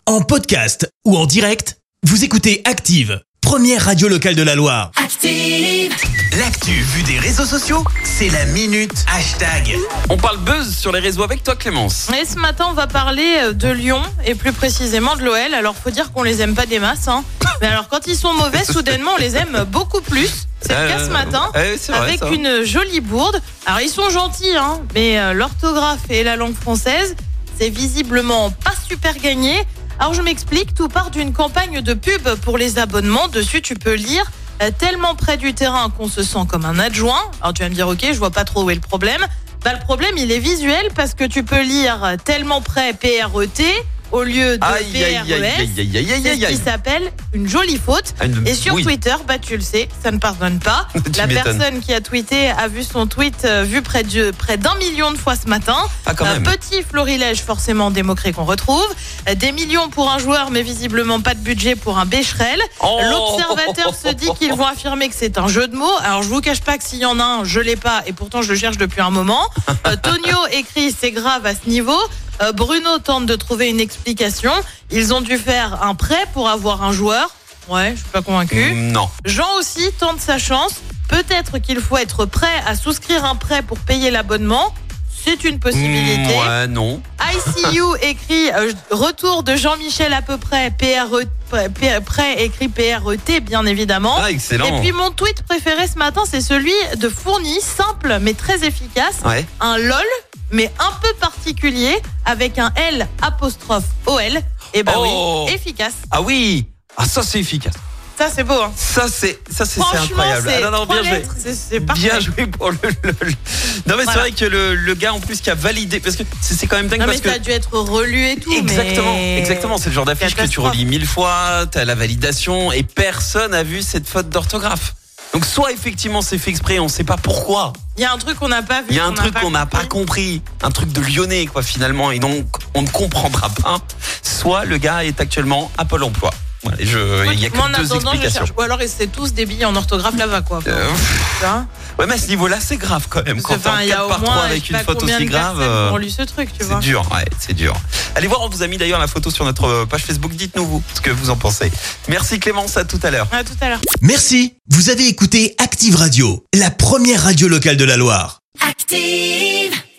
En podcast ou en direct, vous écoutez Active, première radio locale de la Loire. Active! L'actu vue des réseaux sociaux, c'est la minute hashtag. On parle buzz sur les réseaux avec toi, Clémence. Et ce matin, on va parler de Lyon et plus précisément de l'OL. Alors, faut dire qu'on les aime pas des masses, hein. Mais alors, quand ils sont mauvais, soudainement, on les aime beaucoup plus. C'est le cas ce matin, c'est vrai, avec ça. une jolie bourde. Alors, ils sont gentils, hein, mais l'orthographe et la langue française, c'est visiblement pas super gagné. Alors, je m'explique, tout part d'une campagne de pub pour les abonnements. Dessus, tu peux lire tellement près du terrain qu'on se sent comme un adjoint. Alors, tu vas me dire, ok, je vois pas trop où est le problème. Bah, le problème, il est visuel parce que tu peux lire tellement près PRET au lieu de PRES. C'est ce qui s'appelle une jolie faute. Et sur Twitter, bah tu le sais, ça ne pardonne pas. La personne qui a tweeté a vu son tweet vu près d'1 million de fois ce matin. Ah, quand même. Petit florilège forcément démocrate qu'on retrouve. Des millions pour un joueur, mais visiblement pas de budget pour un Becherel. L'observateur se dit qu'ils vont affirmer que c'est un jeu de mots. Alors je vous cache pas que s'il y en a un, je l'ai pas et pourtant je le cherche depuis un moment. Tonio écrit c'est grave à ce niveau. Bruno tente de trouver une explication. Ils ont dû faire un prêt pour avoir un joueur. Ouais, je suis pas convaincu. Non. Jean aussi tente sa chance. Peut-être qu'il faut être prêt à souscrire un prêt pour payer l'abonnement. C'est une possibilité. Ouais, non. ICU écrit retour de Jean-Michel à peu près. Prêt écrit PRET, bien évidemment. Ah, excellent. Et puis mon tweet préféré ce matin, c'est celui de Fourni, simple mais très efficace. Ouais. Un LOL, mais un peu particulier, avec un L apostrophe OL. Et ben oui, efficace. Ah oui. Ah, ça c'est efficace. Ça c'est beau, hein. Ça c'est Franchement, incroyable. c'est Ah, non, bien joué. lettres, c'est parfait. Bien joué pour le LOL. Non mais c'est vrai que le gars en plus qui a validé, parce que c'est quand même dingue, Non mais parce que ça a dû être relu et tout. Exactement, c'est le genre d'affiche que tu Catastrophe. relis 1000 fois, t'as la validation et personne n'a vu cette faute d'orthographe. Donc soit effectivement c'est fait exprès, on sait pas pourquoi. Il y a un truc qu'on n'a pas vu. Il y a un truc qu'on n'a pas compris, un truc de lyonnais quoi finalement, et donc on ne comprendra pas. Soit le gars est actuellement à Pôle emploi. Voilà, il y a que deux explications. Ou alors c'est tous des billes en orthographe là-bas quoi. Ouais, mais à ce niveau-là c'est grave quand même. Quand t'es en 4 par 3 avec une faute aussi grave, on lu ce truc, tu vois. C'est dur, ouais, c'est dur. Allez voir, on vous a mis d'ailleurs la photo sur notre page Facebook. Dites-nous vous ce que vous en pensez. Merci Clémence, à tout à l'heure. À tout à l'heure. Merci, vous avez écouté Active Radio, la première radio locale de la Loire. Active!